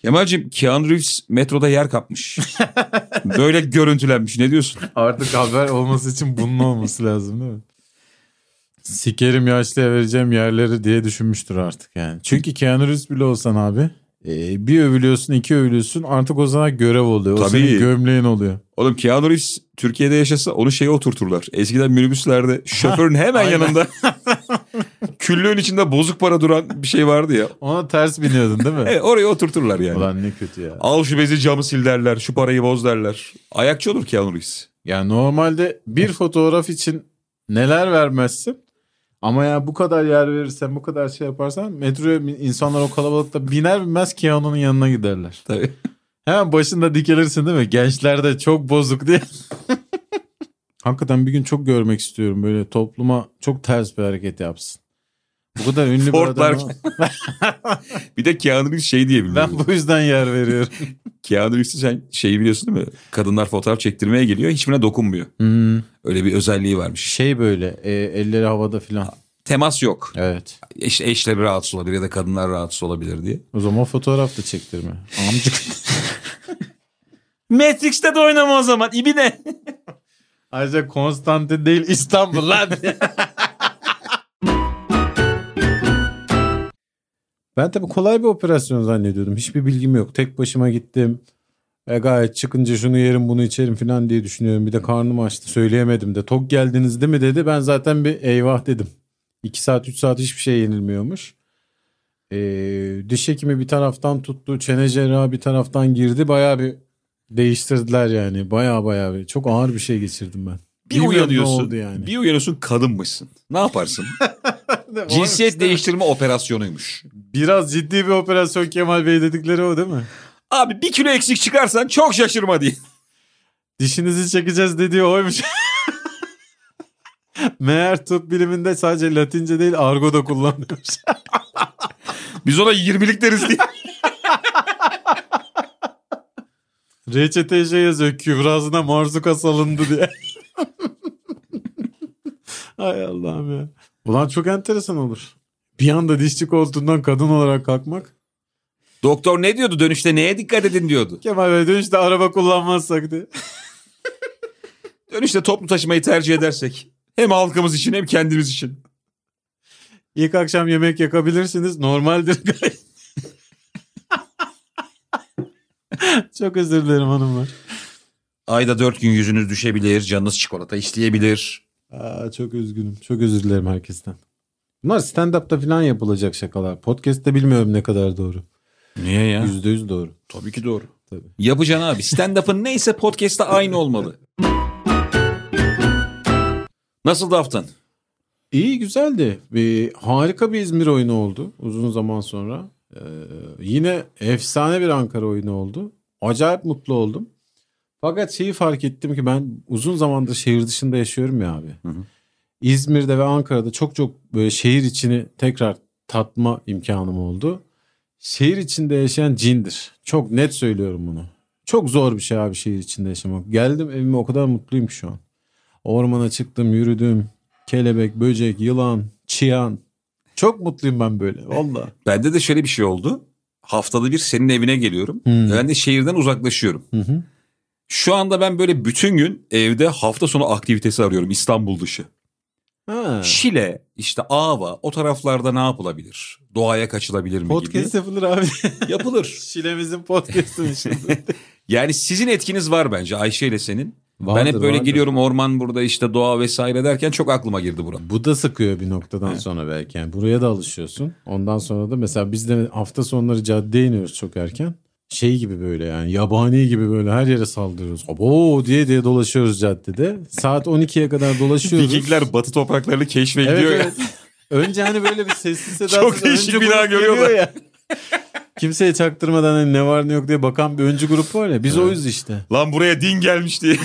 Kemal'cim, Keanu Reeves metroda yer kapmış. Böyle görüntülenmiş. Ne diyorsun? Artık haber olması için bunun olması lazım değil mi? Sikerim yaşlıya vereceğim yerleri diye düşünmüştür artık yani. Çünkü Keanu Reeves bile olsan abi bir övülüyorsun, iki övülüyorsun, artık o sana görev oluyor. O Tabii. senin gömleğin oluyor. Oğlum, Keanu Reeves Türkiye'de yaşasa onu şeye oturturlar. Eskiden minibüslerde şoförün hemen yanında küllüğün içinde bozuk para duran bir şey vardı ya. Ona ters biniyordun değil mi? Evet, oraya oturturlar yani. Ulan ne kötü ya. Al şu bezi, camı sil derler. Şu parayı boz derler. Ayakçı olur Keanu Reeves. Yani normalde bir fotoğraf için neler vermezsin? Ama ya bu kadar yer verirsen, bu kadar şey yaparsan metroya insanlar o kalabalıkta biner binmez Keanu'nun yanına giderler. Tabii. Hemen başında dikelirsin değil mi? Gençler de çok bozuk diye. Hakikaten bir gün çok görmek istiyorum. Böyle topluma çok ters bir hareket yapsın. Bu kadar ünlü bir Fordlar. adam. Bir de Keanu Reeves şey diye biliyorum. Ben bu yüzden yer veriyorum. Keanu Reeves'i sen şeyi biliyorsun değil mi? Kadınlar fotoğraf çektirmeye geliyor. Hiçbirine dokunmuyor. Öyle bir özelliği varmış. Şey böyle elleri havada filan. Temas yok. Evet. İşte eşleri rahatsız olabilir ya da kadınlar rahatsız olabilir diye. O zaman fotoğraf da çektirme. Amcık. Matrix'te de oynama o zaman. İbine. Ayrıca Konstantin değil İstanbul lan. Ben tabii kolay bir operasyon zannediyordum. Hiçbir bilgim yok. Tek başıma gittim. Gayet çıkınca şunu yerim bunu içerim falan diye düşünüyorum. Bir de karnım açtı. Söyleyemedim de. Tok geldiniz değil mi dedi. Ben zaten bir eyvah dedim. 2 saat 3 saat hiçbir şey yenilmiyormuş. Diş hekimi bir taraftan tuttu. Çene cerrahı bir taraftan girdi. Bayağı bir değiştirdiler yani. Bayağı bir. Çok ağır bir şey geçirdim ben. Bir Bilmiyorum uyanıyorsun. ne oldu yani. Bir uyanıyorsun, kadınmışsın. Ne yaparsın? Cinsiyet değiştirme operasyonuymuş. Biraz ciddi bir operasyon Kemal Bey dedikleri o değil mi? Abi 1 kilo eksik çıkarsan çok şaşırma diye. Dişinizi çekeceğiz dediği oymuş. Meğer tıp biliminde sadece Latince değil argo da kullanılmış. Biz ona 20'lik deriz diye. Reçeteye şey yazıyor, kübrasına marzuka salındı diye. Hay Allah'ım ya. Ulan çok enteresan olur. Bir anda dişçi koltuğundan kadın olarak kalkmak. Doktor ne diyordu? Dönüşte neye dikkat edin diyordu. Kemal Bey dönüşte araba kullanmazsak diye. Dönüşte toplu taşımayı tercih edersek. Hem halkımız için hem kendimiz için. İlk akşam yemek yakabilirsiniz. Normaldir. Çok özür dilerim hanımlar. Ayda 4 gün yüzünüz düşebilir. Canınız çikolata isteyebilir. Çok üzgünüm. Çok özür dilerim herkesten. Bunlar stand-up'ta falan yapılacak şakalar. Podcast'te bilmiyorum ne kadar doğru. Niye ya? %100 doğru. Tabii ki doğru. Tabii. Yapacaksın abi. Stand-up'ın neyse podcast'ta aynı olmalı. Nasıldı haftan? İyi, güzeldi. Harika bir İzmir oyunu oldu uzun zaman sonra. Yine efsane bir Ankara oyunu oldu. Acayip mutlu oldum. Fakat şeyi fark ettim ki ben uzun zamandır şehir dışında yaşıyorum ya abi. Hı. İzmir'de ve Ankara'da çok böyle şehir içini tekrar tatma imkanım oldu. Şehir içinde yaşayan cindir. Çok net söylüyorum bunu. Çok zor bir şey abi şehir içinde yaşamak. Geldim evime, o kadar mutluyum ki şu an. Ormana çıktım, yürüdüm. Kelebek, böcek, yılan, çıyan. Çok mutluyum ben böyle. Vallahi. Bende de şöyle bir şey oldu. Haftada bir senin evine geliyorum. Ben de şehirden uzaklaşıyorum. Hı. Şu anda ben böyle bütün gün evde hafta sonu aktivitesi arıyorum İstanbul dışı. Ha. Şile, işte Ava, o taraflarda ne yapılabilir? Doğaya kaçılabilir mi Podcast gibi. yapılır abi. Yapılır. Şilemizin podcast'ı şimdi. Yani sizin etkiniz var bence Ayşe ile senin. Vardır, Ben hep böyle vardır. geliyorum orman burada işte doğa vesaire derken çok aklıma girdi buram. Bu da sıkıyor bir noktadan sonra belki. Yani buraya da alışıyorsun. Ondan sonra da mesela biz de hafta sonları caddeye iniyoruz çok erken. Şey gibi böyle yani yabani gibi böyle her yere saldırıyoruz. Abo diye dolaşıyoruz caddede. Saat 12'ye kadar dolaşıyoruz. Vikingler batı topraklarını keşfediyor ya. Evet. Önce hani böyle bir sessiz sedasız. Çok değişik öncü bina grup görüyorlar. geliyor ya. Kimseye çaktırmadan hani ne var ne yok diye bakan bir öncü grup var ya. Biz oyuz işte. Lan buraya din gelmiş diye.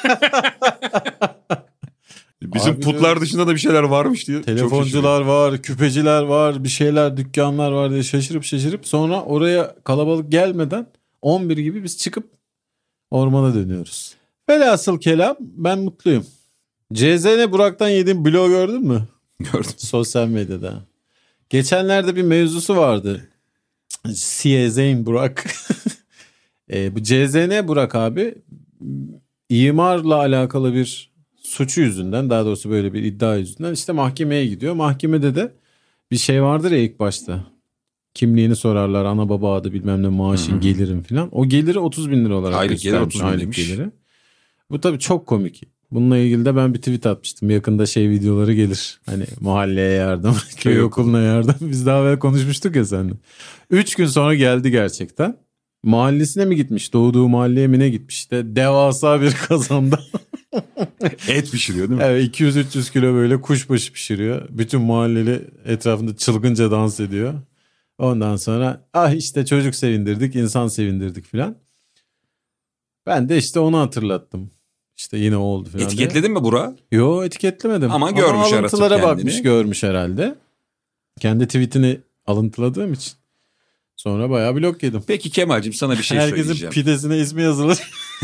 Bizim Abi putlar dışında da bir şeyler varmış diye. Telefoncular var, küpeciler var, bir şeyler, dükkanlar var diye şaşırıp sonra oraya kalabalık gelmeden 11 gibi biz çıkıp ormana dönüyoruz. Velhasıl kelam ben mutluyum. CZN Burak'tan yediğim blog gördün mü? Gördüm. Sosyal medyada. Geçenlerde bir mevzusu vardı. CZN Burak. Bu CZN Burak abi imarla alakalı bir suçu yüzünden, daha doğrusu böyle bir iddia yüzünden işte mahkemeye gidiyor. Mahkemede de bir şey vardır ya ilk başta. Kimliğini sorarlar, ana baba adı bilmem ne, maaşın, gelirin falan. O geliri 30 bin lira olarak Aylık gelir 30 bin aylık demiş. geliri. Bu tabii çok komik. Bununla ilgili de ben bir tweet atmıştım. Yakında şey videoları gelir. Hani mahalleye yardım, köy okuluna yardım. Biz daha evvel konuşmuştuk ya seninle. 3 gün sonra geldi gerçekten. Mahallesine mi gitmiş? Doğduğu mahalleye mi ne gitmiş? İşte devasa bir kazanda. Et pişiriyor değil mi? Evet, 200-300 kilo böyle kuşbaşı pişiriyor. Bütün mahalleli etrafında çılgınca dans ediyor. Ondan sonra işte çocuk sevindirdik, insan sevindirdik filan. Ben de işte onu hatırlattım. İşte yine o oldu filan. Etiketledin mi Burak'ı? Yo, etiketlemedim. Ama görmüş alıntılara aratıp bakmış, kendini. görmüş herhalde. Kendi tweetini alıntıladığım için. Sonra bayağı blok yedim. Peki Kemal'cim sana bir şey Herkesin söyleyeceğim. pidesine ismi yazılır.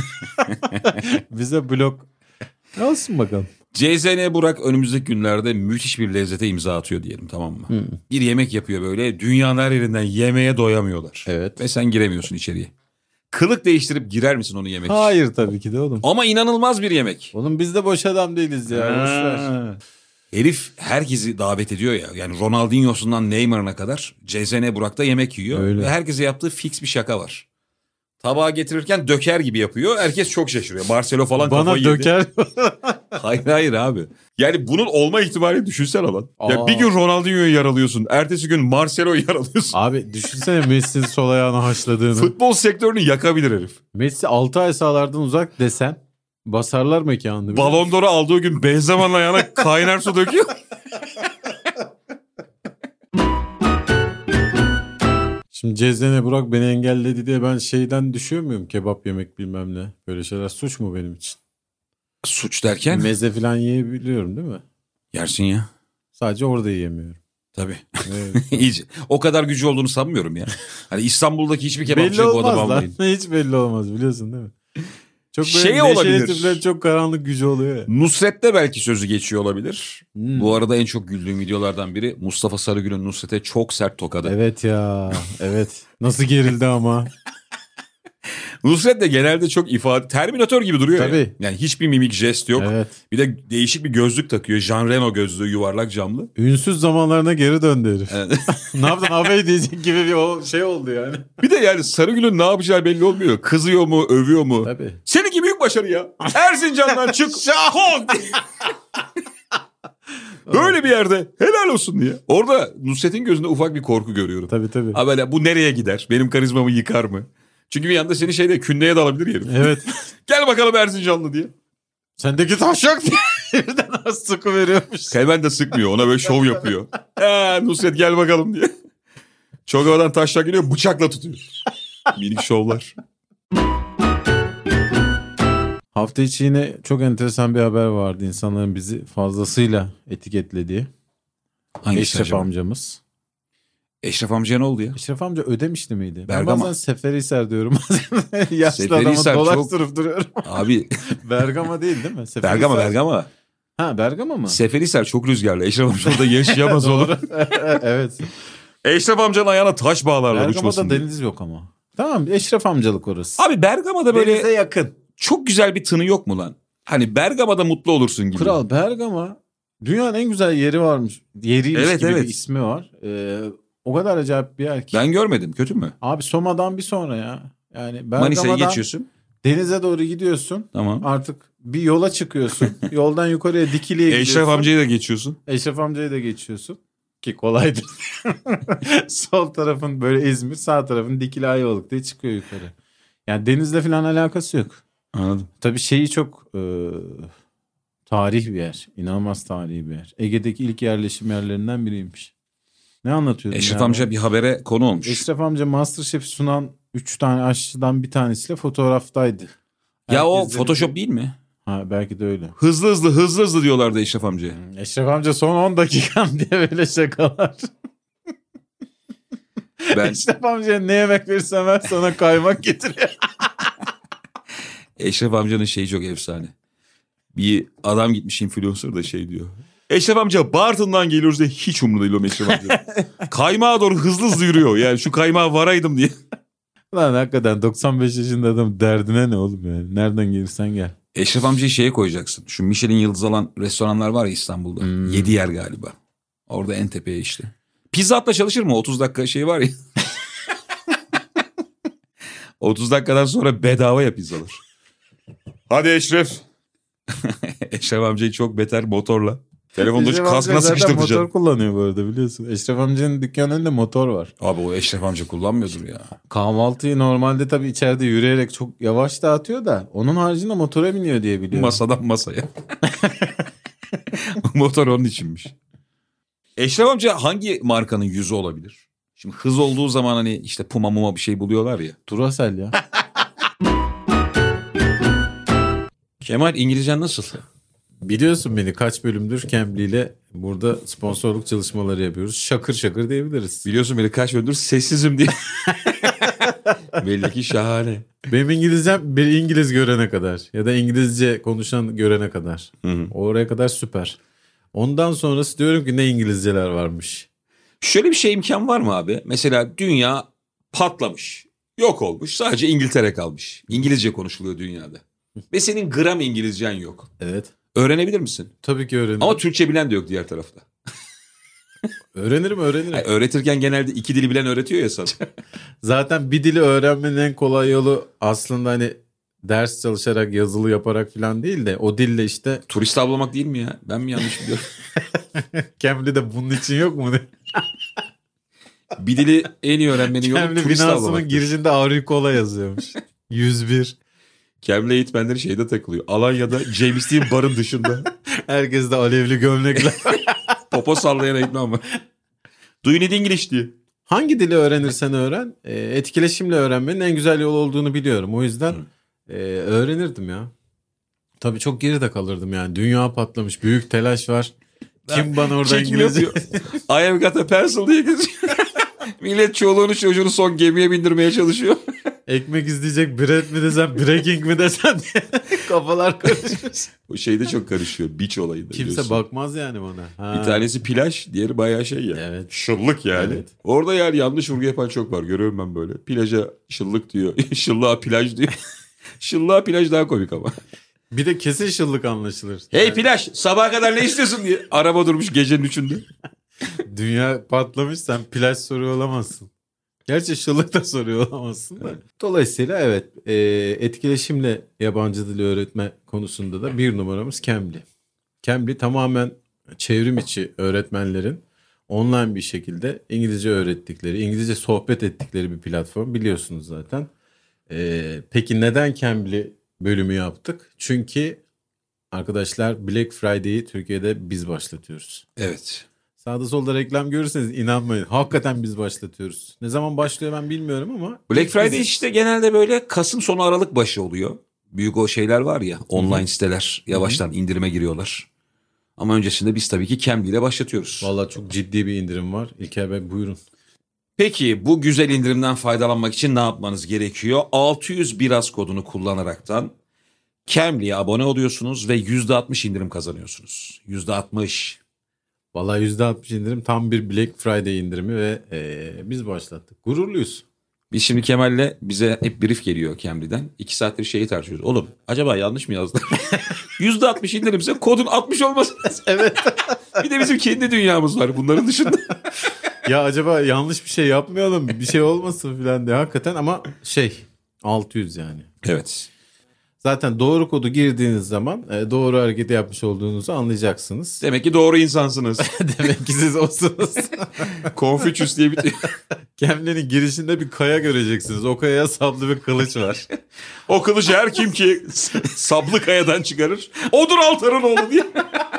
Bize blok. Olsun bakalım. CZN Burak önümüzdeki günlerde müthiş bir lezzete imza atıyor diyelim, tamam mı? Bir yemek yapıyor böyle, dünyanın her yerinden yemeğe doyamıyorlar. Evet. Ve sen giremiyorsun içeriye. Kılık değiştirip girer misin onu yemek için? Hayır tabii ki de oğlum. Ama inanılmaz bir yemek. Oğlum biz de boş adam değiliz ya. Boş ver. Herif herkesi davet ediyor ya. Yani Ronaldinho'sundan Neymar'ına kadar CZN Burak'ta yemek yiyor. Öyle. Ve herkese yaptığı fix bir şaka var. Tabağa getirirken döker gibi yapıyor. Herkes çok şaşırıyor. Marcelo falan Bana kafayı döker. yedi. Hayır abi. Yani bunun olma ihtimali düşünsene lan. Ya Aa. bir gün Ronaldinho'yu yaralıyorsun. Ertesi gün Marcelo'yu yaralıyorsun. Abi düşünsene Messi'nin sol ayağını haşladığını. Futbol sektörünü yakabilir herif. Messi 6 ay sahalardan uzak desen basarlar mekanını. Ballon d'Or'u aldığı gün Benzema'nın ayağına kaynar su döküyor. Şimdi Cezene Burak beni engelledi diye ben şeyden düşüyor muyum? Kebap yemek bilmem ne. Böyle şeyler suç mu benim için? Suç derken? Meze falan yiyebiliyorum değil mi? Yersin ya. Sadece orada yiyemiyorum. Tabii. Evet. İyice. O kadar gücü olduğunu sanmıyorum ya. Hani İstanbul'daki hiçbir kebapçı belli bu adamı olmaz lan. almayın. Hiç belli olmaz biliyorsun değil mi? Çok böyle Şey olabilir. neşeli tipler, çok karanlık gücü oluyor ya. Nusret'te belki sözü geçiyor olabilir. Hmm. Bu arada en çok güldüğüm videolardan biri Mustafa Sarıgül'ün Nusret'e çok sert tokadı. Evet ya. Evet. Nasıl gerildi ama. Nusret de genelde çok Terminator gibi duruyor ya. Tabii. Yani hiçbir mimik, jest yok. Evet. Bir de değişik bir gözlük takıyor. Jean Reno gözlüğü, yuvarlak camlı. Ünsüz zamanlarına geri döndü herif. Evet. Ne yaptın abi diyecek gibi bir o şey oldu yani. Bir de yani Sarıgül'ün ne yapacağı belli olmuyor. Kızıyor mu, övüyor mu? Tabii. Seninki büyük başarı ya. Erzincan'dan çık. Şahok. Böyle bir yerde helal olsun diye. Orada Nusret'in gözünde ufak bir korku görüyorum. Tabii. Abi böyle, bu nereye gider? Benim karizmamı yıkar mı? Çünkü bir yanda seni kündeye de alabilir herif. Evet. Gel bakalım Erzincanlı diye. Sendeki taş yok diye birden az sıkı veriyormuş. Hemen de sıkmıyor. Ona böyle şov yapıyor. Nusret gel bakalım diye. Çok havadan taşla geliyor, bıçakla tutuyor. Minik şovlar. Hafta içi yine çok enteresan bir haber vardı. İnsanların bizi fazlasıyla etiketlediği. Hangisi Eşref acaba? amcamız. Eşref amcaya ne oldu ya? Eşref amca Ödemişli miydi? Ben Bergama. bazen Seferihisar diyorum. Yaşlı Seferihisar adamı çok- dolaştırıp duruyorum. Abi Bergama değil mi? Seferihisar. Bergama. Ha Bergama mı? Seferihisar çok rüzgarlı. Eşref amca orada yaşayamaz olur. Evet. Eşref amcanın ayağına taş bağlarlar uçmasın Bergama'da diye. deniz yok ama. Tamam Eşref amcalık orası. Abi Bergama'da böyle Denize yakın. çok güzel bir tını yok mu lan? Hani Bergama'da mutlu olursun gibi. Kral Bergama dünyanın en güzel yeri varmış. Yeriymiş Evet, gibi evet. bir ismi var. O kadar acayip bir yer ki. Ben görmedim, kötü mü? Abi Soma'dan bir sonra ya. Yani Manisa'yı Bergama'dan geçiyorsun. denize doğru gidiyorsun. Tamam. Artık bir yola çıkıyorsun. Yoldan yukarıya Dikili'ye gidiyorsun. Eşref amcayı da geçiyorsun. Eşref amcayı da geçiyorsun. Ki kolaydır. Sol tarafın böyle İzmir, sağ tarafın Dikili Ayvalık diye çıkıyor yukarı. Yani denizle falan alakası yok. Anladım. Tabii şeyi çok tarih bir yer. İnanılmaz tarihi bir yer. Ege'deki ilk yerleşim yerlerinden biriymiş. Ne anlatıyordun Eşref ya? amca bir habere konu olmuş. Eşref amca MasterChef'i sunan 3 tane aşçıdan bir tanesiyle fotoğraftaydı. Ya o Herkes de- Photoshop değil mi? Ha belki de öyle. Hızlı diyorlardı Eşref amcaya. Eşref amca son 10 dakikam diye böyle şakalar. Ben Eşref amcaya ne yemek verirsen ver sana kaymak getiriyor. Eşref amcanın şeyi çok efsane. Bir adam gitmiş influencer da şey diyor. Eşref amca Bartın'dan geliyoruz diye hiç umurunda değil o Eşref amca. Kaymağa doğru hızlı hızlı yürüyor. Yani şu kaymağa varaydım diye. Lan hakikaten 95 yaşında adam derdine ne oğlum yani. Nereden gelirsen gel. Eşref amcayı şeye koyacaksın. Şu Michelin yıldız alan restoranlar var ya İstanbul'da. 7 yer galiba. Orada en tepeye işte. Pizza Hut'la çalışır mı? 30 dakika şey var ya. 30 dakikadan sonra bedava ya pizzalar. Hadi Eşref. Eşref amcayı çok beter motorla. Telefonda Eşref kaskına amca zaten sıkıştırtacağım. motor kullanıyor bu arada biliyorsun. Eşref amcanın dükkanında motor var. Abi o Eşref amca kullanmıyordur ya. Kahvaltıyı normalde tabii içeride yürüyerek çok yavaş dağıtıyor da onun haricinde motora biniyor diye biliyorum. Masadan masaya. Motor onun içinmiş. Eşref amca hangi markanın yüzü olabilir? Şimdi hız olduğu zaman hani işte Puma Muma bir şey buluyorlar ya. Duracell ya. Kemal İngilizcen nasıl? Biliyorsun beni kaç bölümdür Cambly ile burada sponsorluk çalışmaları yapıyoruz. Şakır şakır diyebiliriz. Biliyorsun beni kaç gündür sessizim diye. Belli ki şahane. Benim İngilizcem bir İngiliz görene kadar ya da İngilizce konuşan görene kadar. Hı. Oraya kadar süper. Ondan sonrası diyorum ki ne İngilizceler varmış. Şöyle bir şey imkan var mı abi? Mesela dünya patlamış. Yok olmuş. Sadece İngiltere kalmış. İngilizce konuşuluyor dünyada. Ve senin gram İngilizcen yok. Evet. Öğrenebilir misin? Tabii ki öğrenirim. Ama Türkçe bilen de yok diğer tarafta. Öğrenirim. Yani öğretirken genelde 2 dili bilen öğretiyor ya sana. Zaten bir dili öğrenmenin en kolay yolu aslında hani ders çalışarak yazılı yaparak falan değil de o dille işte. Turist avlamak değil mi ya? Ben mi yanlış biliyorum? Cambly'de bunun için yok mu? Bir dili en iyi öğrenmenin yolu Cambly turist binasının avlamaktır. girişinde Auricola yazıyormuş. 101. Cambly eğitmenleri şeyde takılıyor. Alanya'da James Dean barın dışında. Herkes de alevli gömlekler. Popo sallayan eğitmen var. Do you need English diye. Hangi dili öğrenirsen öğren, etkileşimle öğrenmenin en güzel yol olduğunu biliyorum. O yüzden öğrenirdim ya. Tabii çok geride kalırdım yani. Dünya patlamış, büyük telaş var. Kim bana orada Çekim İngilizce... yapıyor. I have got a pencil diye geziyor. Millet çoluğunu çocuğunu son gemiye bindirmeye çalışıyor. Ekmek izleyecek bread mi desen, breaking mi desen diye kafalar karışmış. O şeyde çok karışıyor. Beach olayında. Kimse biliyorsun. bakmaz yani bana. Ha. Bir tanesi plaj, diğeri bayağı şey ya. Evet. Şıllık yani. Evet. Orada yani yanlış vurgu yapan çok var. Görüyorum ben böyle. Plaja şıllık diyor. Şıllığa plaj diyor. Şıllığa plaj daha komik ama. Bir de kesin şıllık anlaşılır. Hey Yani plaj sabaha kadar ne istiyorsun diye. Araba durmuş gecenin 3'ünde. dünya patlamış, sen plaj soruyor olamazsın. Gerçi şıllık da soruyor olamazsın da. Dolayısıyla evet, etkileşimle yabancı dili öğretme konusunda da bir numaramız Cambly. Cambly tamamen çevrim içi öğretmenlerin online bir şekilde İngilizce öğrettikleri, İngilizce sohbet ettikleri bir platform, biliyorsunuz zaten. Peki neden Cambly bölümü yaptık? Çünkü arkadaşlar Black Friday'i Türkiye'de biz başlatıyoruz. Evet. Sağda solda reklam görürseniz inanmayın. Hakikaten biz başlatıyoruz. Ne zaman başlıyor ben bilmiyorum ama. Black Friday işte genelde böyle Kasım sonu Aralık başı oluyor. Büyük o şeyler var ya, online siteler yavaştan indirime giriyorlar. Ama öncesinde biz tabii ki Cambly ile başlatıyoruz. Vallahi çok ciddi bir indirim var. İlker Bey buyurun. Peki bu güzel indirimden faydalanmak için ne yapmanız gerekiyor? 600 biraz kodunu kullanaraktan Cambly'ye abone oluyorsunuz ve %60 indirim kazanıyorsunuz. %60. Vallahi %60 indirim, tam bir Black Friday indirimi ve biz başlattık. Gururluyuz. Biz şimdi Kemal'le bize hep brief geliyor Cambly'den. 2 saattir şeyi tartışıyoruz. Oğlum acaba yanlış mı yazdılar? %60 indirimse kodun 60 olması lazım. Evet. Bir de bizim kendi dünyamız var bunların dışında. Ya acaba yanlış bir şey yapmayalım, bir şey olmasın falan diye hakikaten, ama 600 yani. Evet. Zaten doğru kodu girdiğiniz zaman doğru hareketi yapmış olduğunuzu anlayacaksınız. Demek ki doğru insansınız. Demek ki siz olsunuz. Confucius diye bir... Cambly'nin girişinde bir kaya göreceksiniz. O kayaya saplı bir kılıç var. O kılıcı her kim ki sablı kayadan çıkarır. Odur Altar'ın oğlu diye.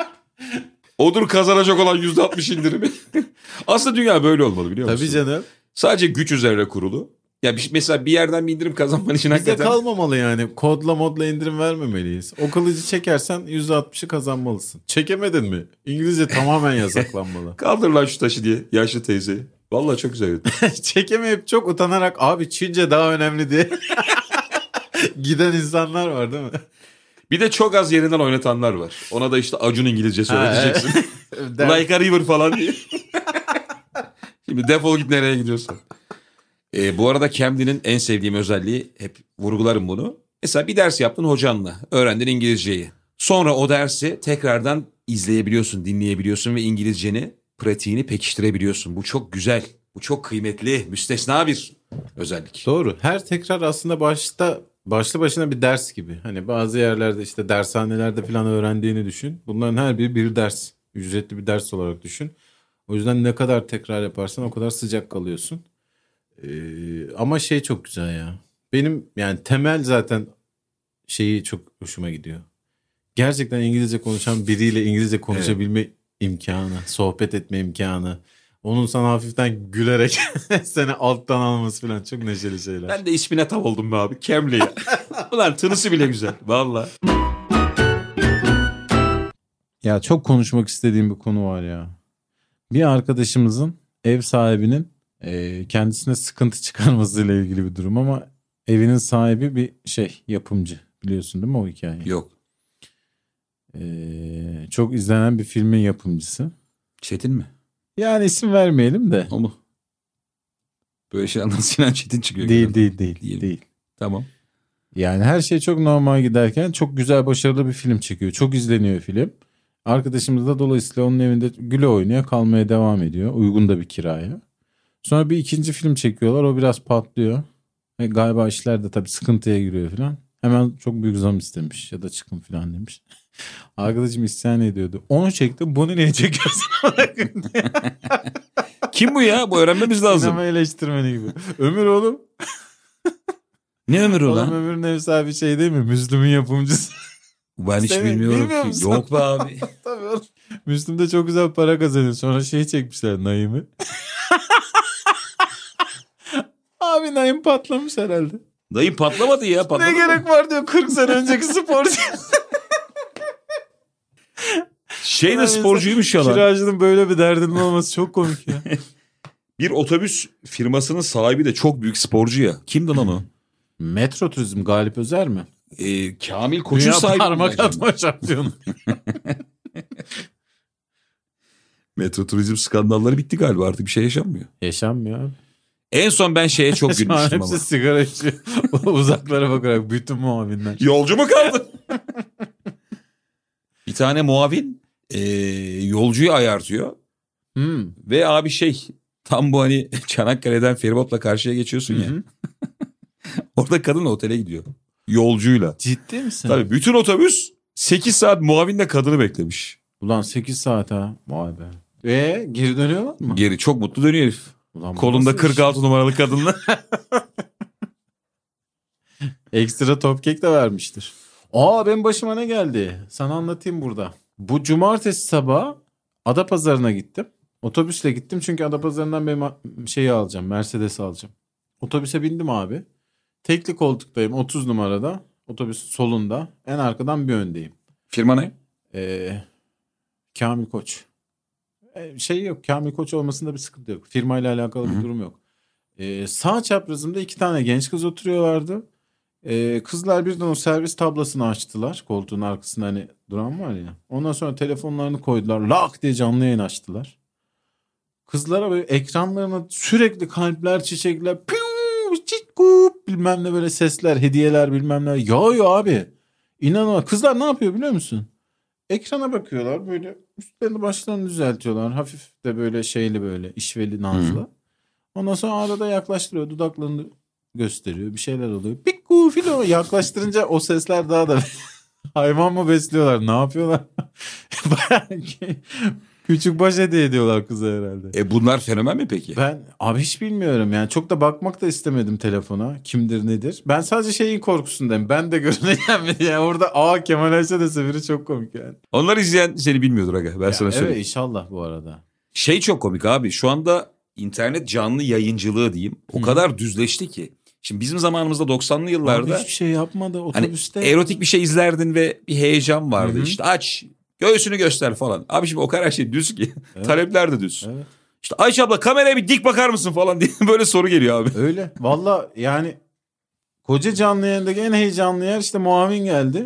Odur kazanacak olan %60 indirimi. Aslında dünya böyle olmalı biliyor musun? Tabii canım. Sadece güç üzerine kurulu. Ya mesela bir yerden bir indirim kazanman için Bizde hakikaten... kalmamalı yani. Kodla modla indirim vermemeliyiz. O kılıcı çekersen %60'ı kazanmalısın. Çekemedin mi? İngilizce tamamen yasaklanmalı. Kaldır lan şu taşı diye yaşlı teyzeyi. Vallahi çok güzel. Çekemeyip çok utanarak abi Çince daha önemli diye giden insanlar var değil mi? Bir de çok az yerinden oynatanlar var. Ona da işte Acun İngilizcesi öğreteceksin. Like a river falan diye. Şimdi defol git nereye gidiyorsun. Bu arada Cambly'nin en sevdiğim özelliği, hep vurgularım bunu. Mesela bir ders yaptın hocanla. Öğrendin İngilizceyi. Sonra o dersi tekrardan izleyebiliyorsun, dinleyebiliyorsun ve İngilizceni, pratiğini pekiştirebiliyorsun. Bu çok güzel. Bu çok kıymetli, müstesna bir özellik. Doğru. Her tekrar aslında başlı başına bir ders gibi. Hani bazı yerlerde işte dershanelerde falan öğrendiğini düşün. Bunların her biri bir ders. Ücretli bir ders olarak düşün. O yüzden ne kadar tekrar yaparsan o kadar sıcak kalıyorsun. Ama şey çok güzel ya. Benim yani temel zaten şeyi çok hoşuma gidiyor. Gerçekten İngilizce konuşan biriyle İngilizce konuşabilme imkanı, sohbet etme imkanı. Onun sana hafiften gülerek seni alttan alması falan çok neşeli şeyler. Ben de ismine tav oldum be abi. Cambly. Ulan tınısı bile güzel. Valla. Ya çok konuşmak istediğim bir konu var ya. Bir arkadaşımızın ev sahibinin kendisine sıkıntı çıkarmasıyla ilgili bir durum ama evinin sahibi bir yapımcı. Biliyorsun değil mi o hikayeyi? Yok. Çok izlenen bir filmin yapımcısı. Çetin mi? Yani isim vermeyelim de. O mu? Böyle şey anlat, Sinan Çetin çıkıyor. Değil. Tamam. Yani her şey çok normal giderken çok güzel, başarılı bir film çekiyor. Çok izleniyor film. Arkadaşımız da dolayısıyla onun evinde güle oynaya kalmaya devam ediyor. Uygun da bir kiraya. Sonra bir ikinci film çekiyorlar. O biraz patlıyor. Galiba işler de tabii sıkıntıya giriyor falan. Hemen çok büyük zam istemiş ya da çıkın falan demiş. Arkadaşım isyan ediyordu. Onu çektim, bunu niye çekiyorsun? Kim bu ya? Bu öğrenmemiz lazım. Sinema eleştirmeni gibi. Ömür oğlum. Ne Ömür Oğlum ulan? Ömür'ün ev sahibi şey değil mi? Müslüm'ün yapımcısı. Ben hiç bilmiyorum ki. Yok be abi. Tabii oğlum. Müslüm de çok güzel para kazanıyor. Sonra çekmişler Naim'i. Abi Naim patlamış herhalde. Dayı patlamadı ya. Ne gerek var diyor 40 sene önceki sporcu. Şey de sporcuymuş ya lan. Kiracının böyle bir derdinin olması çok komik ya. Bir otobüs firmasının sahibi de çok büyük sporcu ya. Kimdi lan o? Metro Turizm Galip Özer mi? Kamil Koç'un Dünya sahibi. parmak atma şampiyonu. Metro turizm skandalları bitti galiba, artık bir şey yaşanmıyor. Yaşanmıyor abi. En son ben şeye çok gülmüştüm ama. Hepsi sigara içiyor. Uzaklara bakarak bütün muavinler. Yolcu mu kaldı? Bir tane muavin yolcuyu ayartıyor. Ve abi tam bu hani Çanakkale'den feribotla karşıya geçiyorsun ya. Orada kadınla otele gidiyor. Yolcuyla. Ciddi misin? Tabii bütün otobüs 8 saat muavinle kadını beklemiş. Ulan 8 saat ha. Vay be. Geri dönüyorlar mı? Geri çok mutlu dönüyor herif. Ulan Kolunda 46 numaralı kadınla. Ekstra top kek de vermiştir. Benim başıma ne geldi? Sana anlatayım burada. Bu cumartesi sabahı Adapazarı'na gittim. Otobüsle gittim çünkü Adapazarı'ndan benim alacağım. Mercedes alacağım. Otobüse bindim abi. Tekli koltuktayım 30 numarada. Otobüsün solunda. En arkadan bir öndeyim. Firma ne? Kamil Koç. Yok. Kamil Koç olmasında bir sıkıntı yok. Firmayla alakalı bir durum yok. Sağ çaprazımda 2 tane genç kız oturuyorlardı. Kızlar birden o servis tablasını açtılar. Koltuğun arkasında hani duran var ya. Ondan sonra telefonlarını koydular. Lak diye canlı yayın açtılar. Kızlara böyle ekranlarına sürekli kalpler, çiçekler, bilmem ne böyle sesler, hediyeler bilmem ne. Yağıyor abi. İnanılmaz. Kızlar ne yapıyor biliyor musun? Ekrana bakıyorlar böyle üstlerini başlarını düzeltiyorlar. Hafif de böyle böyle işveli nazlı. Ondan sonra arada yaklaştırıyor. Dudaklarını gösteriyor. Bir şeyler oluyor. Pikku filo. Yaklaştırınca o sesler daha da hayvan mı besliyorlar? Ne yapıyorlar? Küçük baş hediye ediyorlar kıza herhalde. Bunlar fenomen mi peki? Ben abi hiç bilmiyorum yani. Çok da bakmak da istemedim telefona. Kimdir nedir? Ben sadece şeyin korkusundayım. Ben de görüneceğim mi diye. Orada Kemal Ayşe dese biri çok komik yani. Onlar izleyen seni bilmiyordur aga. Ben sana söyleyeyim. Evet inşallah bu arada. Çok komik abi. Şu anda internet canlı yayıncılığı diyeyim. O kadar düzleşti ki. Şimdi bizim zamanımızda 90'lı yıllarda. Abi hiçbir şey yapmadı otobüste. Hani erotik bir şey izlerdin ve bir heyecan vardı. İşte aç. Göğsünü göster falan. Abi şimdi o kadar şey düz ki. Evet. Talepler de düz. Evet. İşte Ayşe abla kameraya bir dik bakar mısın falan diye böyle soru geliyor abi. Öyle. Valla yani koca canlı yayındaki en heyecanlı yer işte muavin geldi.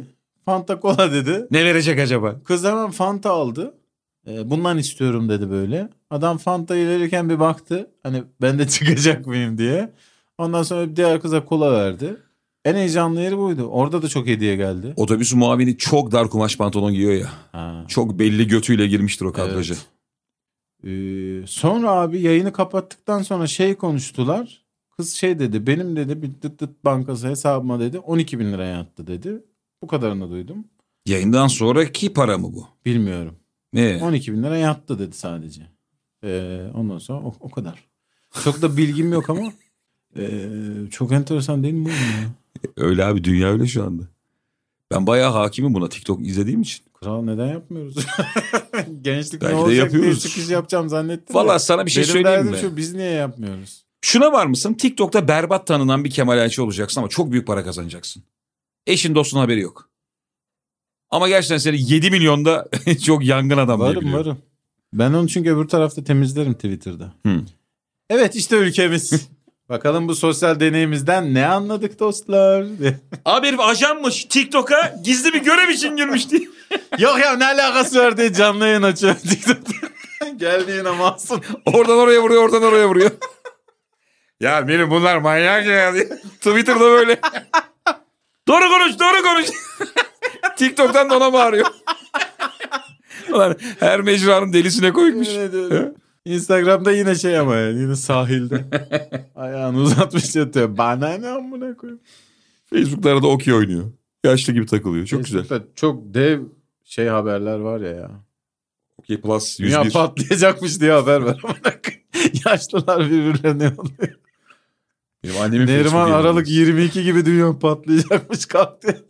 Fanta kola dedi. Ne verecek acaba? Kız hemen Fanta aldı. Bundan istiyorum dedi böyle. Adam Fanta'yı verirken bir baktı. Hani ben de çıkacak mıyım diye. Ondan sonra diğer kıza kola verdi. En heyecanlı yeri buydu. Orada da çok hediye geldi. Otobüs muavini çok dar kumaş pantolon giyiyor ya. Ha. Çok belli götüyle girmiştir o kadraja. Evet. Sonra abi yayını kapattıktan sonra konuştular. Kız dedi, benim dedi bir dıt bankası hesabıma dedi 12 bin liraya yattı dedi. Bu kadarını duydum. Yayından sonraki para mı bu? Bilmiyorum. Ne? 12 bin lira yattı dedi sadece. Ondan sonra o kadar. Çok da bilgim yok ama çok enteresan değil mi bu ya? Öyle abi, dünya öyle şu anda. Ben bayağı hakimim buna TikTok izlediğim için. Kral neden yapmıyoruz? Gençlik Belki ne de olacak yapıyoruz. diye çıkış yapacağım zannettim. Valla sana bir şey Benim söyleyeyim derdim mi? şu, biz niye yapmıyoruz? Şuna var mısın? TikTok'ta berbat tanınan bir Kemal Ayçi olacaksın ama çok büyük para kazanacaksın. Eşin dostun haberi yok. Ama gerçekten seni 7 milyonda çok yangın adam diye biliyorum. Varım. Ben onu çünkü öbür tarafta temizlerim Twitter'da. Evet işte ülkemiz. Bakalım bu sosyal deneyimizden ne anladık dostlar? Abi herif ajanmış, TikTok'a gizli bir görev için girmiş diye. Yok ya ne alakası var diye canlı yayın açıyor TikTok'ta. Geldi yine masum. Oradan oraya vuruyor, oradan oraya vuruyor. Ya benim bunlar manyak ya diye. Twitter'da böyle. Doğru konuş. TikTok'tan da ona bağırıyor. Ulan her mecranın delisine koymuş. Instagram'da yine ama yani yine sahilde. Ayağını uzatmış yatıyor. Bana ne amına koyayım. Facebook'larda da okey oynuyor. Yaşlı gibi takılıyor. Çok güzel. Çok dev haberler var ya. Okey Plus 101. Dünya patlayacakmış diye haber ver. Yaşlılar birbirlerine yolluyor. Benim annemin Neriman Facebook'u Aralık 22 gibi dünya patlayacakmış kalktı.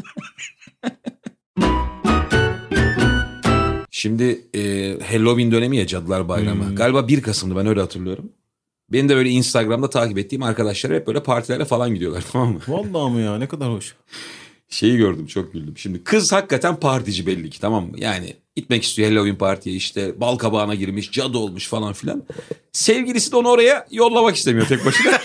Şimdi Halloween dönemi ya, Cadılar Bayramı. Galiba 1 Kasım'dı, ben öyle hatırlıyorum. Benim de böyle Instagram'da takip ettiğim arkadaşlar hep böyle partilere falan gidiyorlar, tamam mı? Vallahi mı ya, ne kadar hoş. Şeyi gördüm, çok güldüm. Şimdi kız hakikaten partici belli ki, tamam mı? Yani gitmek istiyor Halloween partiye, işte bal kabağına girmiş, cadı olmuş falan filan. Sevgilisi de onu oraya yollamak istemiyor tek başına.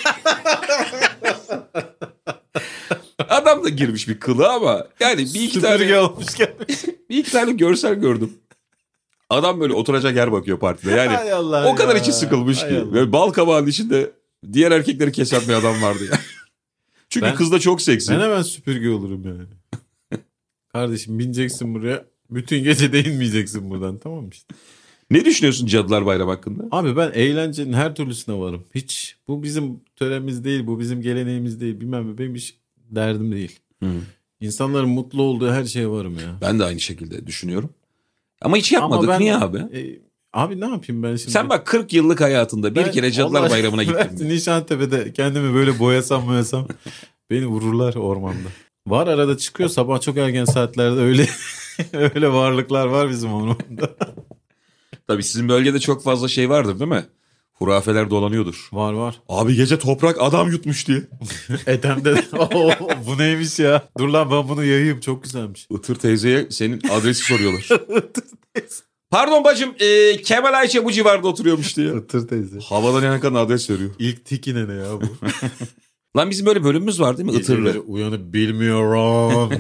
Adam da girmiş bir kılığa ama yani bir iki tane görsel gördüm. Adam böyle oturacak yer bakıyor partide. Yani o kadar içi sıkılmış ki. Ve bal kabağının içinde diğer erkekleri kesen bir adam vardı ya. Çünkü kız da çok seksi. Ben hemen süpürge olurum yani. Kardeşim bineceksin buraya. Bütün gece de inmeyeceksin buradan, tamam mı işte. Ne düşünüyorsun Cadılar Bayramı hakkında? Abi ben eğlencenin her türlüsüne varım. Hiç bu bizim törenimiz değil, bu bizim geleneğimiz değil, bilmem ne, benim hiç derdim değil. İnsanların mutlu olduğu her şeye varım ya. Ben de aynı şekilde düşünüyorum. Ama hiç yapmadık. Niye abi? Abi ne yapayım ben şimdi? Sen bak 40 yıllık hayatında bir kere Cadılar Bayramı'na gittin. Ben Nişantepe'de kendimi böyle boyasam beni vururlar ormanda. Var arada çıkıyor sabah çok erken saatlerde öyle varlıklar var bizim ormanda. Tabii sizin bölgede çok fazla şey vardır değil mi? Hurafeler dolanıyordur. Var. Abi gece toprak adam yutmuş diye. Edem'de bu neymiş ya? Dur lan ben bunu yayayım, çok güzelmiş. Itır teyzeye senin adresi soruyorlar. Itır teyze. Pardon bacım, Kemal Ayçe bu civarda oturuyormuş diye. Itır teyze. Havadan yanan adres veriyor. İlk tikine ne ya bu? Lan bizim böyle bölümümüz var değil mi? Itırlı. Geceleri uyanıp bilmiyorum.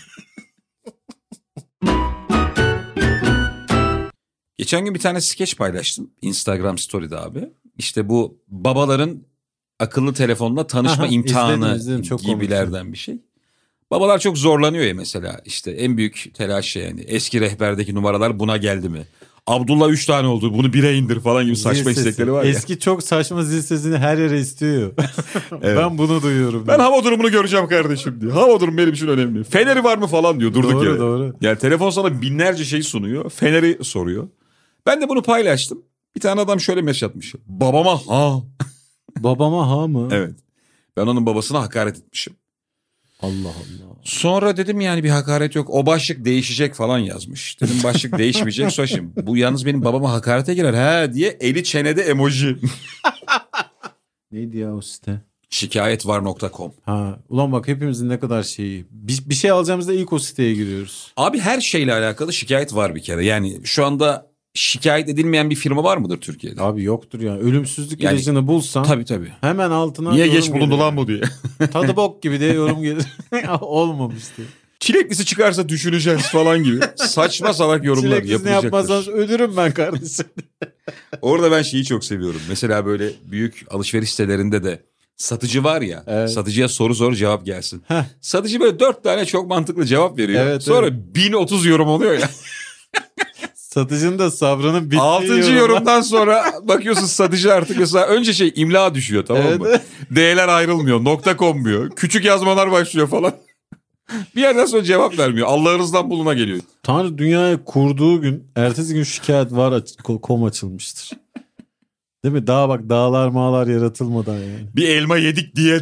Geçen gün bir tane skeç paylaştım Instagram Story'de abi. İşte bu babaların akıllı telefonla tanışma imtihanı izledim, çok gibilerden bir şey. Babalar çok zorlanıyor ya mesela, işte en büyük telaş yani eski rehberdeki numaralar buna geldi mi? Abdullah 3 tane oldu, bunu 1'e indir falan gibi saçma istekleri var ya. Eski çok saçma zil sesini her yere istiyor. Evet. Ben bunu duyuyorum. Ben hava durumunu göreceğim kardeşim diyor. Hava durumu benim için önemli. Feneri var mı falan diyor durduk yere. Doğru. Yani telefon sana binlerce şey sunuyor. Feneri soruyor. Ben de bunu paylaştım. Bir tane adam şöyle mesaj atmış. Babama ha. Babama ha mı? Evet. Ben onun babasına hakaret etmişim. Allah Allah. Sonra dedim yani bir hakaret yok. O başlık değişecek falan yazmış. Dedim başlık değişmeyecek. Sonra şimdi bu yalnız benim babama hakarete girer ha diye eli çenede emoji. Neydi ya o site? Şikayetvar.com. Ha, ulan bak hepimizin ne kadar şeyi. Bir şey alacağımızda ilk o siteye giriyoruz. Abi her şeyle alakalı şikayet var bir kere. Yani şu anda şikayet edilmeyen bir firma var mıdır Türkiye'de? Abi yoktur ya. Ölümsüzlük ilacını bulsan. Tabii. Hemen altına niye yorum geç bulundu gelir. lan bu diye. Tadı bok gibi diye yorum gelir. Olmamış diye. Çileklisi çıkarsa düşüneceğiz falan gibi. Saçma salak yorumlar Çileklisini yapılacaktır. yapmazsanız ölürüm ben kardeşim. Orada ben şeyi çok seviyorum. Mesela böyle büyük alışveriş sitelerinde de satıcı var ya. Evet. Satıcıya soru sor cevap gelsin. Heh. Satıcı böyle 4 tane çok mantıklı cevap veriyor. Evet, Sonra 1030 yorum oluyor ya. Satıcının da sabrının bittiği 6. yorumdan sonra bakıyorsun satıcı artık mesela önce imla düşüyor, tamam mı? Evet. D'ler ayrılmıyor, nokta konmuyor. Küçük yazmalar başlıyor falan. Bir yerden sonra cevap vermiyor. Allah'ınızdan buluna geliyor. Tanrı dünyayı kurduğu gün ertesi gün şikayet var kom açılmıştır. Değil mi? Daha bak dağlar mağlar yaratılmadan yani. Bir elma yedik diye.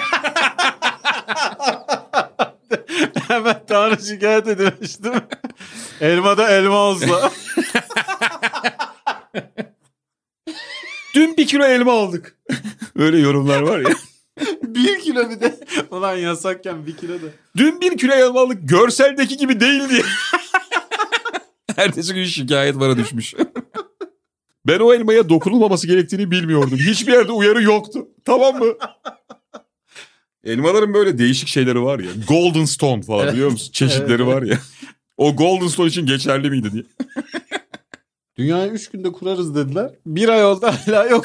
Hemen Tanrı şikayet edilmiş değil mi? Elma da elma olsa. Dün 1 kilo elma aldık. Öyle yorumlar var ya. 1 kilo bir de. Ulan yasakken 1 kilo da. Dün 1 kilo elma aldık, görseldeki gibi değil diye. Ertesi gün şikayet bana düşmüş. Ben o elmaya dokunulmaması gerektiğini bilmiyordum. Hiçbir yerde uyarı yoktu. Tamam mı? Elmaların böyle değişik şeyleri var ya. Golden Stone falan biliyor musun? Çeşitleri var ya. O Golden Stone için geçerli miydi diye. Dünyayı 3 günde kurarız dediler. 1 ay oldu hala yok.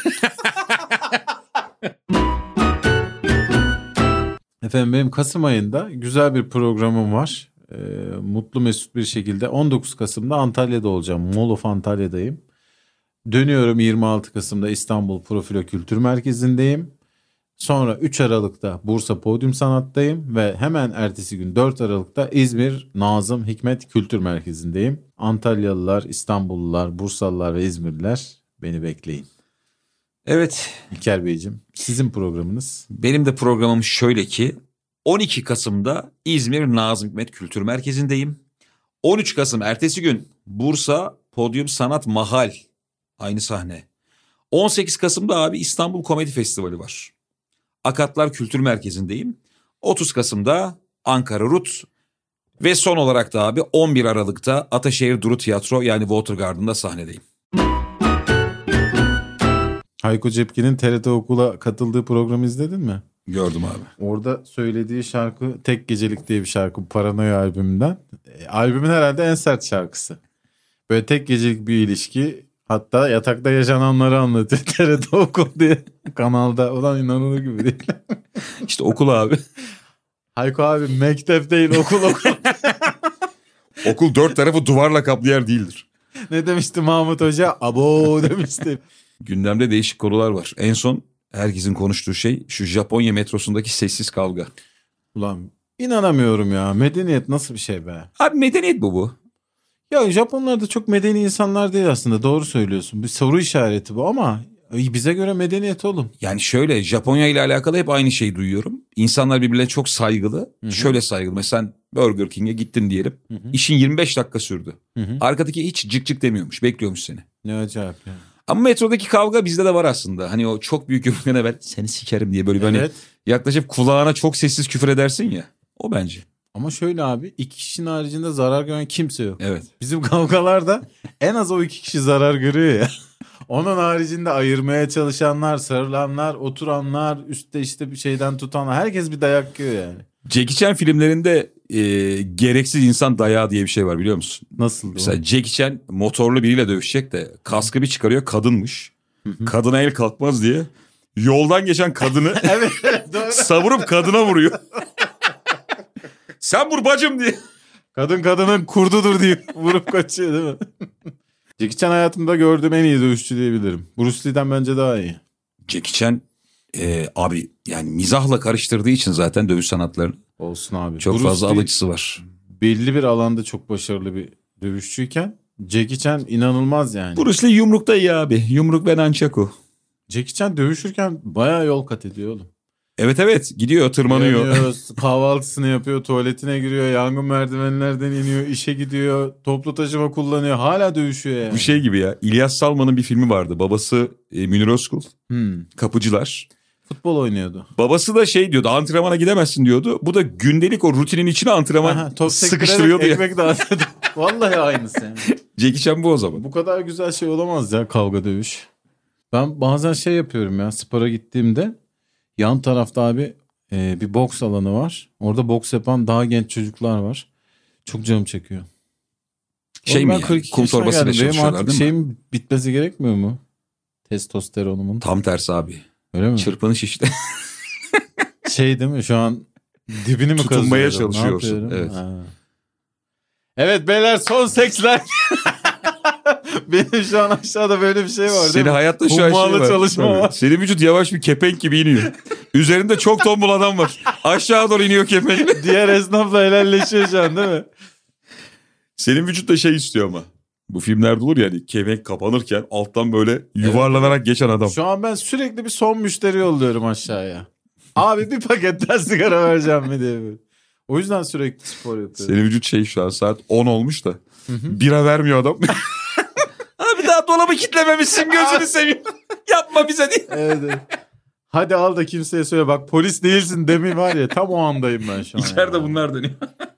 Efendim benim Kasım ayında güzel bir programım var. Mutlu mesut bir şekilde 19 Kasım'da Antalya'da olacağım. Mall of Antalya'dayım. Dönüyorum 26 Kasım'da İstanbul Profilo Kültür Merkezi'ndeyim. Sonra 3 Aralık'ta Bursa Podyum Sanat'tayım ve hemen ertesi gün 4 Aralık'ta İzmir Nazım Hikmet Kültür Merkezi'ndeyim. Antalyalılar, İstanbullular, Bursalılar ve İzmirliler beni bekleyin. Evet. İlker Beyciğim, sizin programınız? Benim de programım şöyle ki 12 Kasım'da İzmir Nazım Hikmet Kültür Merkezi'ndeyim. 13 Kasım ertesi gün Bursa Podyum Sanat Mahal, aynı sahne. 18 Kasım'da abi İstanbul Komedi Festivali var. Akatlar Kültür Merkezi'ndeyim. 30 Kasım'da Ankara Rut ve son olarak da abi 11 Aralık'ta Ataşehir Duru Tiyatro yani Water Garden'da sahnedeyim. Hayko Cepkin'in TRT Okul'a katıldığı programı izledin mi? Gördüm abi. Orada söylediği şarkı Tek Gecelik diye bir şarkı Paranoya albümünden. Albümün herhalde en sert şarkısı. Böyle tek gecelik bir ilişki, hatta yatakta yaşananları anlatıyor TRT Okul diye kanalda. Ulan inanılır gibi değil. İşte okul abi. Hayko abi mektep değil okul. Okul 4 tarafı duvarla kaplı yer değildir. Ne demişti Mahmut Hoca? Abo demişti. Gündemde değişik konular var. En son herkesin konuştuğu şey şu Japonya metrosundaki sessiz kavga. Ulan inanamıyorum ya. Medeniyet nasıl bir şey be? Abi medeniyet bu. Ya Japonlar da çok medeni insanlar değil aslında. Doğru söylüyorsun. Bir soru işareti bu ama bize göre medeniyet oğlum. Yani şöyle Japonya ile alakalı hep aynı şeyi duyuyorum. İnsanlar birbirine çok saygılı. Hı hı. Şöyle saygılı. Mesela sen Burger King'e gittin diyelim. Hı hı. İşin 25 dakika sürdü. Hı hı. Arkadaki hiç cık cık demiyormuş. Bekliyormuş seni. Ne acayip ya. Ama metrodaki kavga bizde de var aslında. Hani o çok büyük yumruklarına ben seni sikerim diye böyle bir hani Evet. yaklaşıp kulağına çok sessiz küfür edersin ya. O bence. Ama şöyle abi 2 kişinin haricinde zarar gören kimse yok. Evet. Bizim kavgalarda en az o 2 kişi zarar görüyor ya. Onun haricinde ayırmaya çalışanlar, sarılanlar, oturanlar, üstte işte bir şeyden tutanlar. Herkes bir dayak yiyor yani. Jackie Chan filmlerinde gereksiz insan dayağı diye bir şey var biliyor musun? Nasıl? Mesela Jackie Chan motorlu biriyle dövüşecek de kaskı bir çıkarıyor, kadınmış. Kadına el kalkmaz diye yoldan geçen kadını Evet doğru. savurup kadına vuruyor. Sen vur bacım diye. Kadın kadının kurdudur diye vurup kaçıyor değil mi? Jackie Chan hayatımda gördüğüm en iyi dövüşçü diyebilirim. Bruce Lee'den bence daha iyi. Jackie Chan abi yani mizahla karıştırdığı için zaten dövüş sanatlarının Olsun abi. çok Bruce fazla Lee alıcısı var. belli bir alanda çok başarılı bir dövüşçüyken Jackie Chan inanılmaz yani. Bruce Lee yumrukta iyi abi. Yumruk ve nunchaku. Jackie Chan dövüşürken bayağı yol kat ediyor oğlum. Evet gidiyor, tırmanıyor. Yanıyor, kahvaltısını yapıyor, tuvaletine giriyor, yangın merdivenlerden iniyor, işe gidiyor, toplu taşıma kullanıyor, hala dövüşüyor yani. Bu şey gibi ya. İlyas Salman'ın bir filmi vardı. Babası Münir Özkul. Kapıcılar. Futbol oynuyordu. Babası da şey diyordu, antrenmana gidemezsin diyordu. Bu da gündelik o rutinin içine antrenman Aha, top sıkıştırıyordu ya. ekmek dağıtıyordu. Vallahi aynısı yani. Jackie Chan bu o zaman. Bu kadar güzel şey olamaz ya kavga dövüş. Ben bazen şey yapıyorum ya spora gittiğimde yan tarafta abi bir boks alanı var. Orada boks yapan daha genç çocuklar var. Çok canım çekiyor. Şey Oğlum mi ben yani? 42 Kum yaşına torbasıyla geldim. Benim çalışıyorlar artık değil mi? şeyim bitmesi gerekmiyor mu? Testosteronumun. Tam tersi abi. Öyle mi? Çırpınış işte. Şey değil mi? Şu an dibini mi Tutunmaya kazıyorum? Ne çalışıyorsun, yapıyorum? evet. Ha. Evet beyler, son seksler. Benim şu an aşağıda böyle bir şey var değil Seni mi? hayatta şu an şey Hummalı var. çalışma Tabii. var. Senin vücut yavaş bir kepenk gibi iniyor. Üzerinde çok tombul adam var. Aşağı doğru iniyor kepenk. Diğer esnafla helalleşiyor şu an değil mi? Senin vücut da şey istiyor ama. Bu filmlerde olur ya hani kepenk kapanırken alttan böyle yuvarlanarak geçen adam. Şu an ben sürekli bir son müşteri yolluyorum aşağıya. Abi bir paketten sigara vereceğim mi diye böyle. O yüzden sürekli spor yapıyorum. Senin vücut şey şu an saat 10 olmuş da. Bira vermiyor adam. Abi daha dolabı kitlememişsin, gözünü seveyim. Yapma bize diye. Evet, evet. Hadi al da kimseye söyle, bak polis değilsin demeyeyim var ya, tam o andayım ben şu an. İçeride ya. bunlar dönüyor.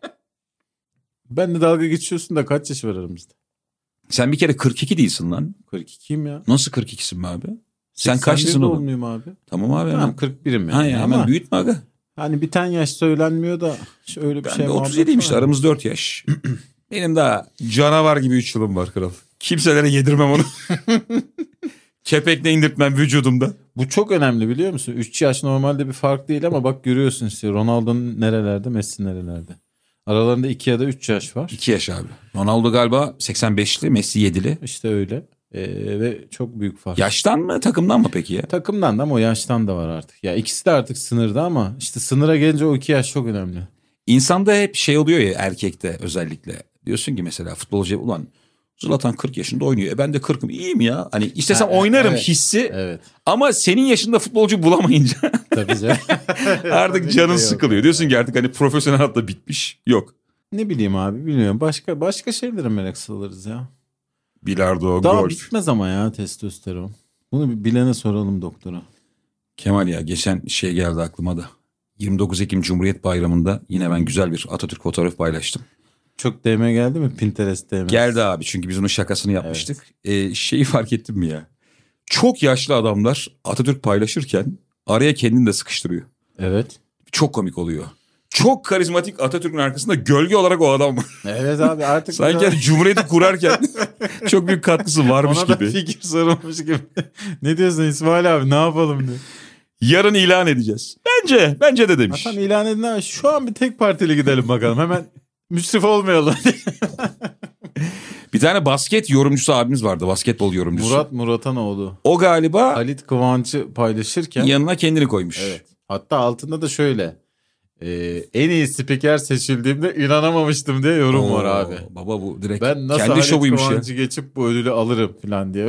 Ben de dalga geçiyorsun da kaç yaş var aramızda? Sen bir kere 42 değilsin lan. 42'yim ya. Nasıl 42'sin be abi? Sen 81 kaçlısın oğlum? doğumluyum abi. Tamam abi hemen. Tamam 41'im Ha yani. ya Ama hemen büyütme aga. hani biten yaş söylenmiyor da öyle bir Ben şey de muhabbet 37'yim işte, var. aramız 4 yaş. Benim daha canavar gibi 3 yılım var kral. Kimselere yedirmem onu. Kepekle indirtmem vücudumda. Bu çok önemli biliyor musun? 3 yaş normalde bir fark değil ama bak görüyorsun işte Ronaldo'nun nerelerde, Messi nerelerde. Aralarında 2 ya da 3 yaş var. 2 yaş abi. Ronaldo galiba 85'li, Messi 7'li. İşte öyle. Ve çok büyük fark. Yaştan mı takımdan mı peki ya? Takımdan da ama o yaştan da var artık. Ya ikisi de artık sınırda ama işte sınıra gelince o 2 yaş çok önemli. İnsanda hep şey oluyor ya, erkekte özellikle. Diyorsun ki mesela futbolcu, ulan Zlatan 40 yaşında oynuyor. Ben de 40'ım, iyiyim ya. Hani istesem oynarım evet. hissi. Evet. Ama senin yaşında futbolcu bulamayınca Tabii canım. artık canın sıkılıyor. Diyorsun ki artık hani profesyonel hayatta bitmiş. Yok. Ne bileyim abi, bilmiyorum. Başka şeylere merak salırız ya. Bilardo, Daha golf. bitmez ama ya testosteron. Bunu bir bilene soralım, doktora. Kemal ya, geçen şey geldi aklıma da. 29 Ekim Cumhuriyet Bayramı'nda yine ben güzel bir Atatürk fotoğrafı paylaştım. Çok DM geldi mi? Pinterest DM. Geldi abi, çünkü biz onun şakasını yapmıştık. Şeyi fark ettin mi ya? Çok yaşlı adamlar Atatürk paylaşırken araya kendini de sıkıştırıyor. Evet. Çok komik oluyor. Çok karizmatik Atatürk'ün arkasında gölge olarak o adam var. Evet abi artık. Sanki hani Cumhuriyeti kurarken çok büyük katkısı varmış ona da gibi. fikir sorulmuş gibi. Ne diyorsun İsmail abi, ne yapalım diye. Yarın ilan edeceğiz. Bence de demiş. Hasan ilan edin, şu an bir tek partili gidelim bakalım. Hemen müsrif olmayalım. Bir tane basket yorumcusu abimiz vardı. Basketbol yorumcusu. Muratanoğlu. O galiba Halit Kıvanç'ı paylaşırken. yanına kendini koymuş. Evet. Hatta altında da şöyle. En iyi spiker seçildiğimde inanamamıştım diye yorum var abi. Baba bu direkt Ben nasıl kendi Halit şovuymuş ya. Kıvanç'ı geçip bu ödülü alırım falan diye.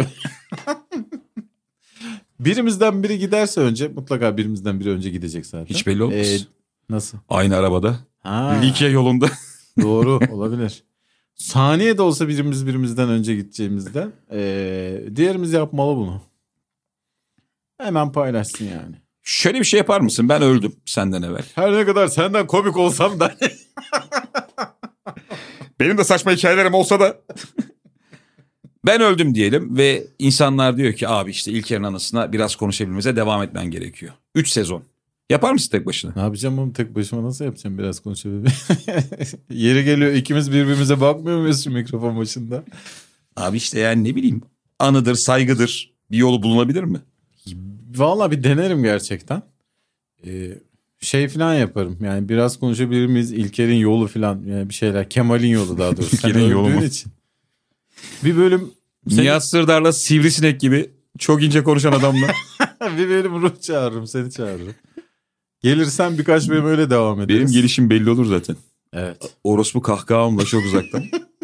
Birimizden biri giderse önce, mutlaka birimizden biri önce gidecek zaten. Hiç belli olmaz. Nasıl? Aynı arabada. Ha, Likya yolunda. doğru olabilir. Saniye de olsa birimizden önce gideceğimizden. Diğerimiz yapmalı bunu. Hemen paylaşsın yani. Şöyle bir şey yapar mısın? Ben öldüm senden evvel. Her ne kadar senden komik olsam da. Benim de saçma hikayelerim olsa da. Ben öldüm diyelim ve insanlar diyor ki abi işte İlker'in anısına biraz konuşabilmemize devam etmen gerekiyor. 3 sezon. Yapar mısın tek başına? Ne yapacağım oğlum, tek başıma nasıl yapacağım, biraz konuşabilirim. Yeri geliyor ikimiz birbirimize bakmıyor muyuz şu mikrofon başında? Abi işte yani ne bileyim, anıdır, saygıdır, bir yolu bulunabilir mi? Vallahi bir denerim gerçekten. Şey falan yaparım yani, biraz konuşabilir miyiz, İlker'in yolu falan, yani bir şeyler, Kemal'in yolu daha doğrusu. İlker'in yolu mu? Için. Bir bölüm Nihat Sırdar'la sivrisinek gibi çok ince konuşan adamla. bir bölüm ruh çağırırım, seni çağırırım. Gelirsen birkaç bölüm öyle devam ederiz. Benim gelişim belli olur zaten. Evet. Orospu kahkahamla çok uzaktan.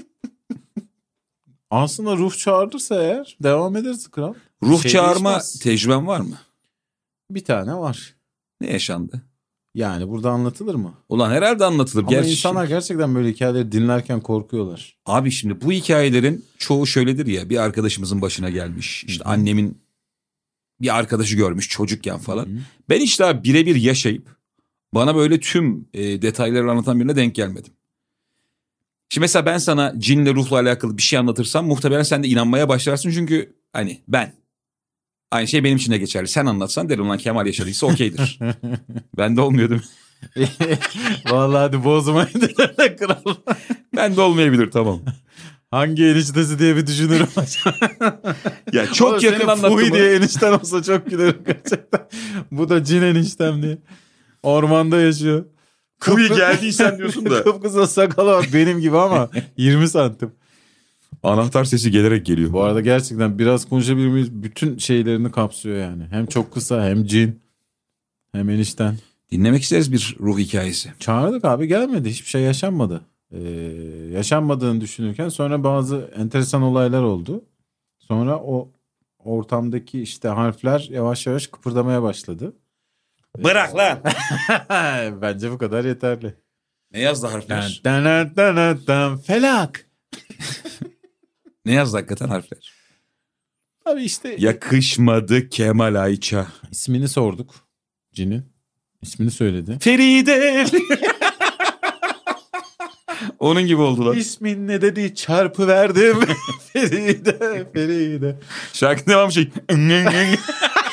Aslında ruh çağırırsa eğer devam ederiz kral. Ruh Şey çağırma değişmez. tecrüben var mı? Bir tane var. Ne yaşandı? Yani burada anlatılır mı? Ulan herhalde anlatılır. Ama Gerçi insanlar gerçekten böyle hikayeleri dinlerken korkuyorlar. abi şimdi bu hikayelerin çoğu şöyledir ya, bir arkadaşımızın başına gelmiş. İşte annemin bir arkadaşı görmüş çocukken falan. Hı-hı. Ben hiç daha birebir yaşayıp bana böyle tüm detayları anlatan birine denk gelmedim. Şimdi mesela ben sana cinle, ruhla alakalı bir şey anlatırsam muhtemelen sen de inanmaya başlarsın, çünkü hani ben. Aynı şey benim için de geçerli. Sen anlatsan derim lan Kemal yaşadıysa okeydir. Bende olmuyor değil mi? Vallahi hadi bozmayın de kral. Bende olmayabilir tamam. Hangi eniştesi diye bir düşünürüm. Ya çok Oğlum yakın senin anlattım. Fuhi diye enişten olsa çok gülerim gerçekten. Bu da cin eniştem diye. Ormanda yaşıyor. Fuhi geldiysen diyorsun da. Kıpkızıl sakalı var benim gibi ama 20 santim. Anahtar sesi gelerek geliyor. Bu arada gerçekten biraz konuşabilir miyiz? Bütün şeylerini kapsıyor yani. Hem çok kısa hem cin hem enişten. Dinlemek isteriz bir ruh hikayesi. Çağırdık abi gelmedi. Hiçbir şey yaşanmadı. Yaşanmadığını düşünürken sonra bazı enteresan olaylar oldu. Sonra o ortamdaki işte harfler yavaş yavaş kıpırdamaya başladı. Bırak lan. Bence bu kadar yeterli. Ne yazdı harfler? Felak. Ne yazdı hakikaten harfler? Abi işte Yakışmadı Kemal Ayça. ismini sorduk. Cin'in. İsmini söyledi. Feride. Onun gibi oldular. İsmin ne dedi çarpı verdim. Feride. Şarkı devam şey.